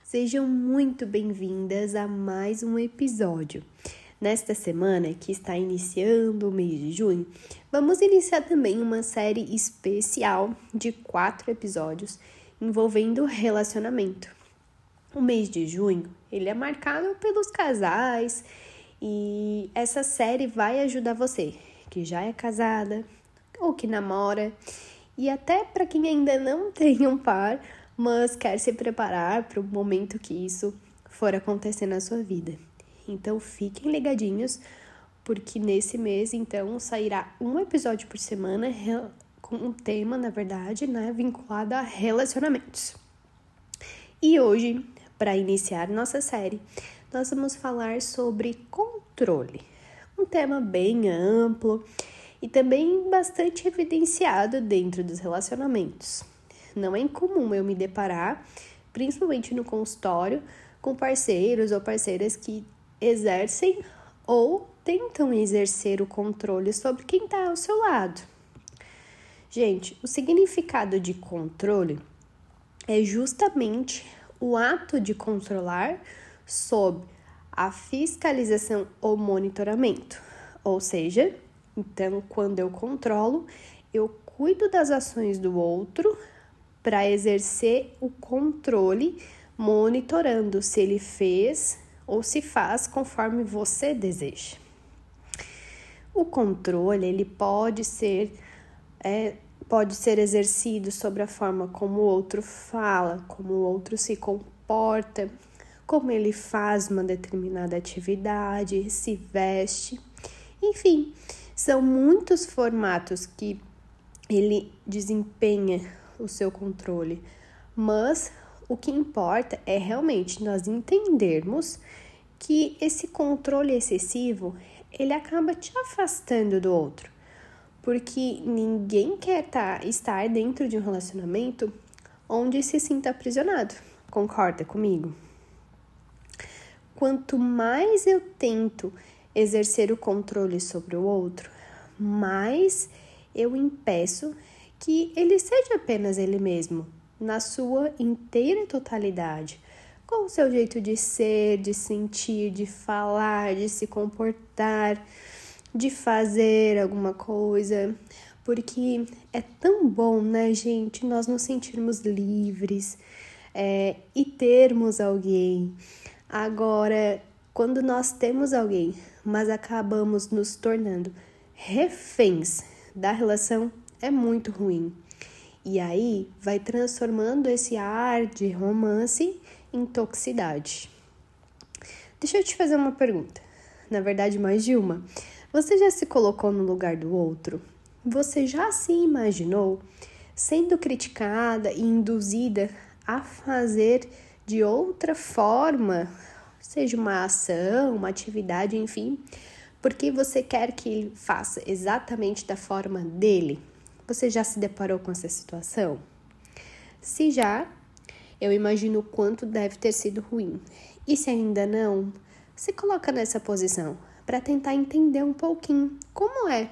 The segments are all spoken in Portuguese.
Sejam muito bem-vindas a mais um episódio. Nesta semana, que está iniciando o mês de junho, vamos iniciar também uma série especial de 4 episódios envolvendo relacionamento. O mês de junho, ele é marcado pelos casais e essa série vai ajudar você, que já é casada ou que namora, e até para quem ainda não tem um par, mas quer se preparar para o momento que isso for acontecer na sua vida. Então fiquem ligadinhos, porque nesse mês então sairá um episódio por semana com um tema, na verdade, vinculado a relacionamentos. E hoje, para iniciar nossa série, nós vamos falar sobre controle, um tema bem amplo e também bastante evidenciado dentro dos relacionamentos. Não é incomum eu me deparar, principalmente no consultório, com parceiros ou parceiras que exercem ou tentam exercer o controle sobre quem está ao seu lado. Gente, o significado de controle é justamente o ato de controlar sob a fiscalização ou monitoramento. Ou seja, então, quando eu controlo, eu cuido das ações do outro para exercer o controle, monitorando se ele fez ou se faz conforme você deseja. O controle, ele pode ser exercido sobre a forma como o outro fala, como o outro se comporta, como ele faz uma determinada atividade, se veste, enfim, são muitos formatos que ele desempenha o seu controle, mas o que importa é realmente nós entendermos que esse controle excessivo, ele acaba te afastando do outro, porque ninguém quer estar dentro de um relacionamento onde se sinta aprisionado, concorda comigo? Quanto mais eu tento exercer o controle sobre o outro, mais eu impeço que ele seja apenas ele mesmo, na sua inteira totalidade, com o seu jeito de ser, de sentir, de falar, de se comportar, de fazer alguma coisa, porque é tão bom, né, gente, nós nos sentirmos livres e termos alguém. Agora, quando nós temos alguém, mas acabamos nos tornando reféns da relação, é muito ruim. E aí, vai transformando esse ar de romance em toxicidade. Deixa eu te fazer uma pergunta. Na verdade, mais de uma. Você já se colocou no lugar do outro? Você já se imaginou sendo criticada e induzida a fazer de outra forma, seja uma ação, uma atividade, enfim, porque você quer que ele faça exatamente da forma dele? Você já se deparou com essa situação? Se já, eu imagino o quanto deve ter sido ruim. E se ainda não, se coloca nessa posição para tentar entender um pouquinho como é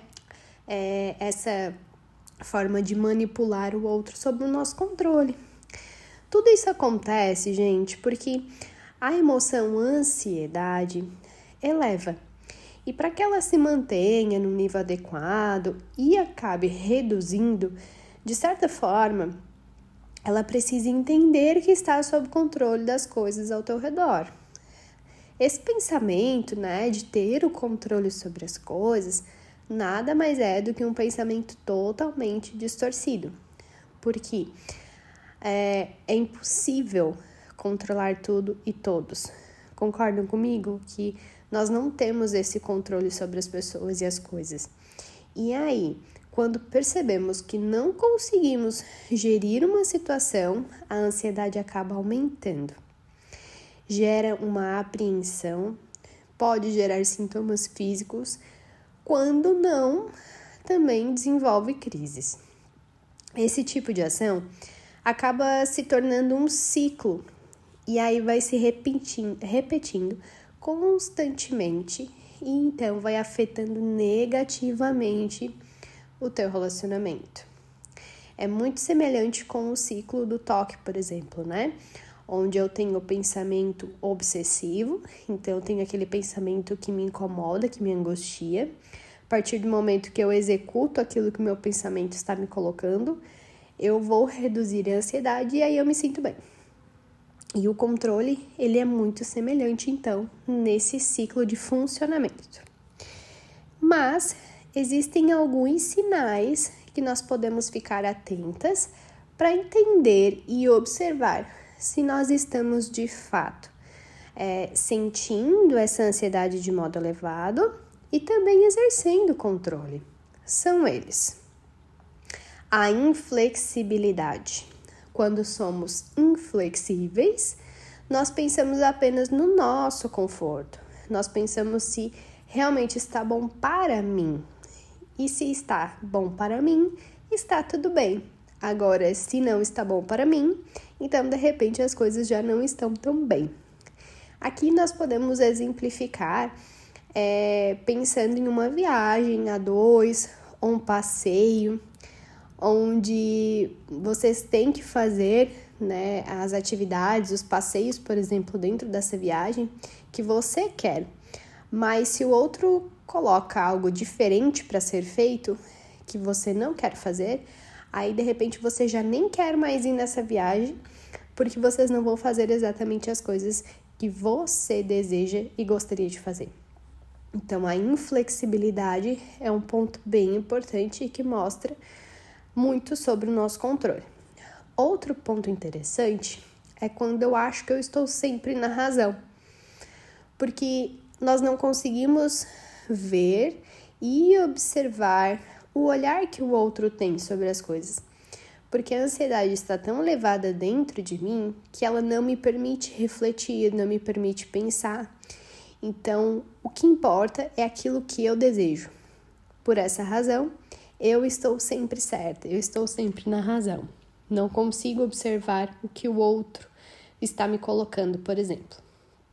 essa forma de manipular o outro sob o nosso controle. Tudo isso acontece, gente, porque a emoção ansiedade eleva. E para que ela se mantenha no nível adequado e acabe reduzindo, de certa forma, ela precisa entender que está sob controle das coisas ao teu redor. Esse pensamento, de ter o controle sobre as coisas, nada mais é do que um pensamento totalmente distorcido. Porque é impossível controlar tudo e todos. Concordam comigo que nós não temos esse controle sobre as pessoas e as coisas. E aí, quando percebemos que não conseguimos gerir uma situação, a ansiedade acaba aumentando. Gera uma apreensão, pode gerar sintomas físicos, quando não, também desenvolve crises. Esse tipo de ação acaba se tornando um ciclo, e aí vai se repetindo constantemente, e então vai afetando negativamente o teu relacionamento. É muito semelhante com o ciclo do toque, por exemplo, onde eu tenho pensamento obsessivo, então eu tenho aquele pensamento que me incomoda, que me angustia. A partir do momento que eu executo aquilo que o meu pensamento está me colocando, eu vou reduzir a ansiedade e aí eu me sinto bem. E o controle, ele é muito semelhante, então, nesse ciclo de funcionamento. Mas existem alguns sinais que nós podemos ficar atentas para entender e observar se nós estamos de fato sentindo essa ansiedade de modo elevado e também exercendo controle. São eles: a inflexibilidade. Quando somos inflexíveis, nós pensamos apenas no nosso conforto. Nós pensamos se realmente está bom para mim. E se está bom para mim, está tudo bem. Agora, se não está bom para mim, então de repente as coisas já não estão tão bem. Aqui nós podemos exemplificar pensando em uma viagem a dois ou um passeio, onde vocês têm que fazer, né, as atividades, os passeios, por exemplo, dentro dessa viagem que você quer. Mas se o outro coloca algo diferente para ser feito, que você não quer fazer, aí de repente você já nem quer mais ir nessa viagem, porque vocês não vão fazer exatamente as coisas que você deseja e gostaria de fazer. Então, a inflexibilidade é um ponto bem importante e que mostra muito sobre o nosso controle. Outro ponto interessante é quando eu acho que eu estou sempre na razão, porque nós não conseguimos ver e observar o olhar que o outro tem sobre as coisas, porque a ansiedade está tão elevada dentro de mim que ela não me permite refletir, não me permite pensar. Então, o que importa é aquilo que eu desejo. Por essa razão, eu estou sempre certa, eu estou sempre na razão. Não consigo observar o que o outro está me colocando, por exemplo.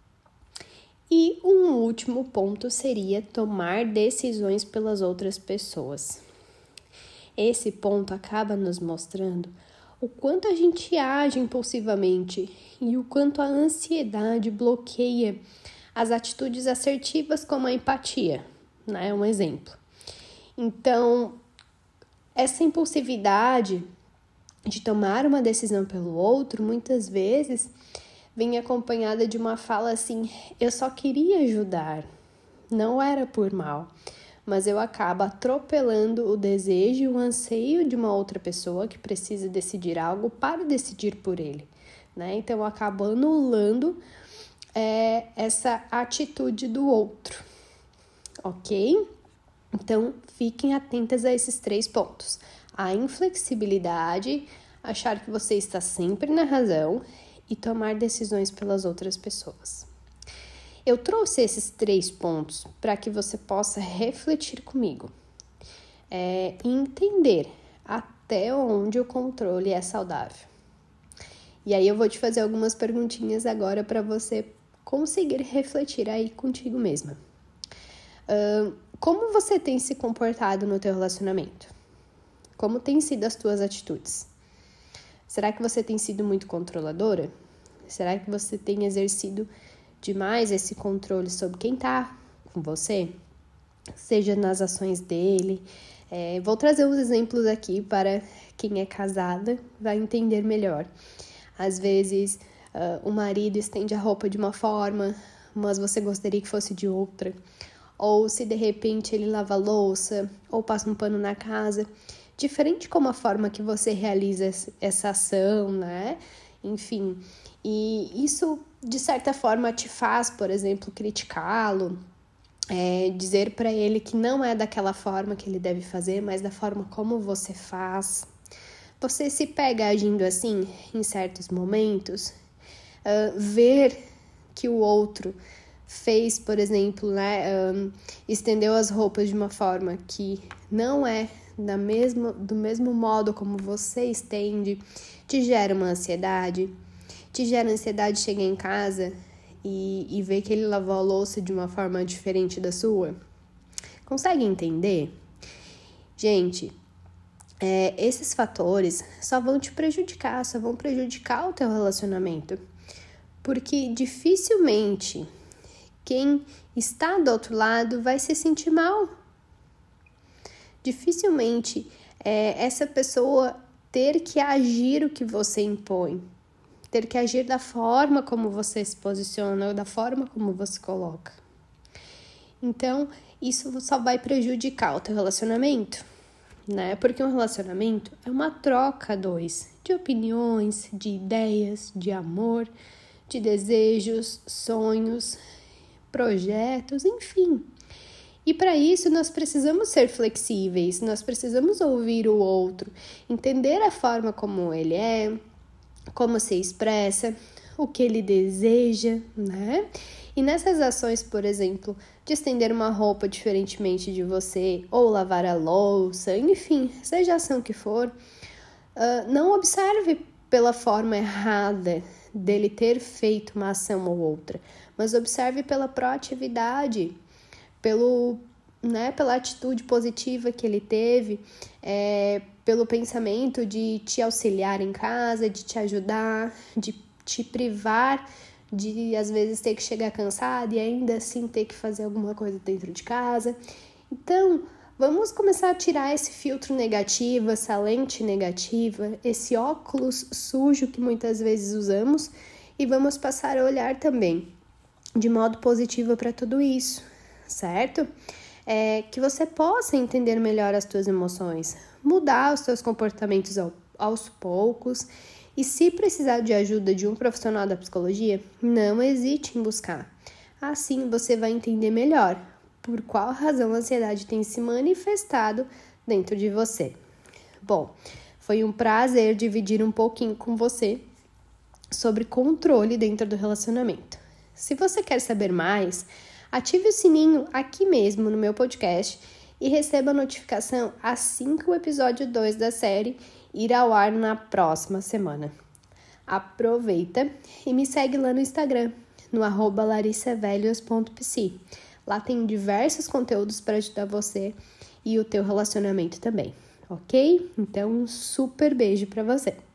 E um último ponto seria tomar decisões pelas outras pessoas. Esse ponto acaba nos mostrando o quanto a gente age impulsivamente e o quanto a ansiedade bloqueia as atitudes assertivas como a empatia, né? Um exemplo. Então, essa impulsividade de tomar uma decisão pelo outro, muitas vezes, vem acompanhada de uma fala assim: eu só queria ajudar, não era por mal, mas eu acabo atropelando o desejo e o anseio de uma outra pessoa que precisa decidir algo para decidir por ele, né? Então, eu acabo anulando essa atitude do outro, ok? Então, fiquem atentas a esses 3 pontos. A inflexibilidade, achar que você está sempre na razão e tomar decisões pelas outras pessoas. Eu trouxe esses 3 pontos para que você possa refletir comigo e entender até onde o controle é saudável. E aí eu vou te fazer algumas perguntinhas agora para você conseguir refletir aí contigo mesma. Como você tem se comportado no teu relacionamento? Como têm sido as tuas atitudes? Será que você tem sido muito controladora? Será que você tem exercido demais esse controle sobre quem tá com você? Seja nas ações dele. Vou trazer uns exemplos aqui para quem é casada vai entender melhor. Às vezes, o marido estende a roupa de uma forma, mas você gostaria que fosse de outra. Ou se de repente ele lava a louça ou passa um pano na casa, diferente como a forma que você realiza essa ação, né? Enfim, e isso de certa forma te faz, por exemplo, criticá-lo, dizer para ele que não é daquela forma que ele deve fazer, mas da forma como você faz. Você se pega agindo assim em certos momentos, ver que o outro fez, por exemplo, né, estendeu as roupas de uma forma que não é do mesmo modo como você estende, te gera uma ansiedade, chegar em casa e ver que ele lavou a louça de uma forma diferente da sua. Consegue entender? Gente, esses fatores só vão te prejudicar, só vão prejudicar o teu relacionamento. porque dificilmente quem está do outro lado vai se sentir mal. Dificilmente essa pessoa ter que agir o que você impõe, ter que agir da forma como você se posiciona, ou da forma como você coloca. Então, isso só vai prejudicar o teu relacionamento, né? Porque um relacionamento é uma troca de opiniões, de ideias, de amor, de desejos, sonhos, projetos, enfim. E para isso nós precisamos ser flexíveis, nós precisamos ouvir o outro, entender a forma como ele é, como se expressa, o que ele deseja, né? E nessas ações, por exemplo, de estender uma roupa diferentemente de você, ou lavar a louça, enfim, seja a ação que for, não observe pela forma errada dele ter feito uma ação ou outra, mas observe pela proatividade, pela atitude positiva que ele teve, pelo pensamento de te auxiliar em casa, de te ajudar, de te privar de, às vezes, ter que chegar cansado e ainda assim ter que fazer alguma coisa dentro de casa. Então, vamos começar a tirar esse filtro negativo, essa lente negativa, esse óculos sujo que muitas vezes usamos e vamos passar a olhar também de modo positivo para tudo isso, certo? Que você possa entender melhor as tuas emoções, mudar os seus comportamentos aos poucos. E se precisar de ajuda de um profissional da psicologia, não hesite em buscar. Assim você vai entender melhor por qual razão a ansiedade tem se manifestado dentro de você. Bom, foi um prazer dividir um pouquinho com você sobre controle dentro do relacionamento. Se você quer saber mais, ative o sininho aqui mesmo no meu podcast e receba a notificação assim que o episódio 2 da série ir ao ar na próxima semana. Aproveita e me segue lá no Instagram, no @larissavelios.psi. Lá tem diversos conteúdos para ajudar você e o teu relacionamento também, ok? Então, um super beijo para você!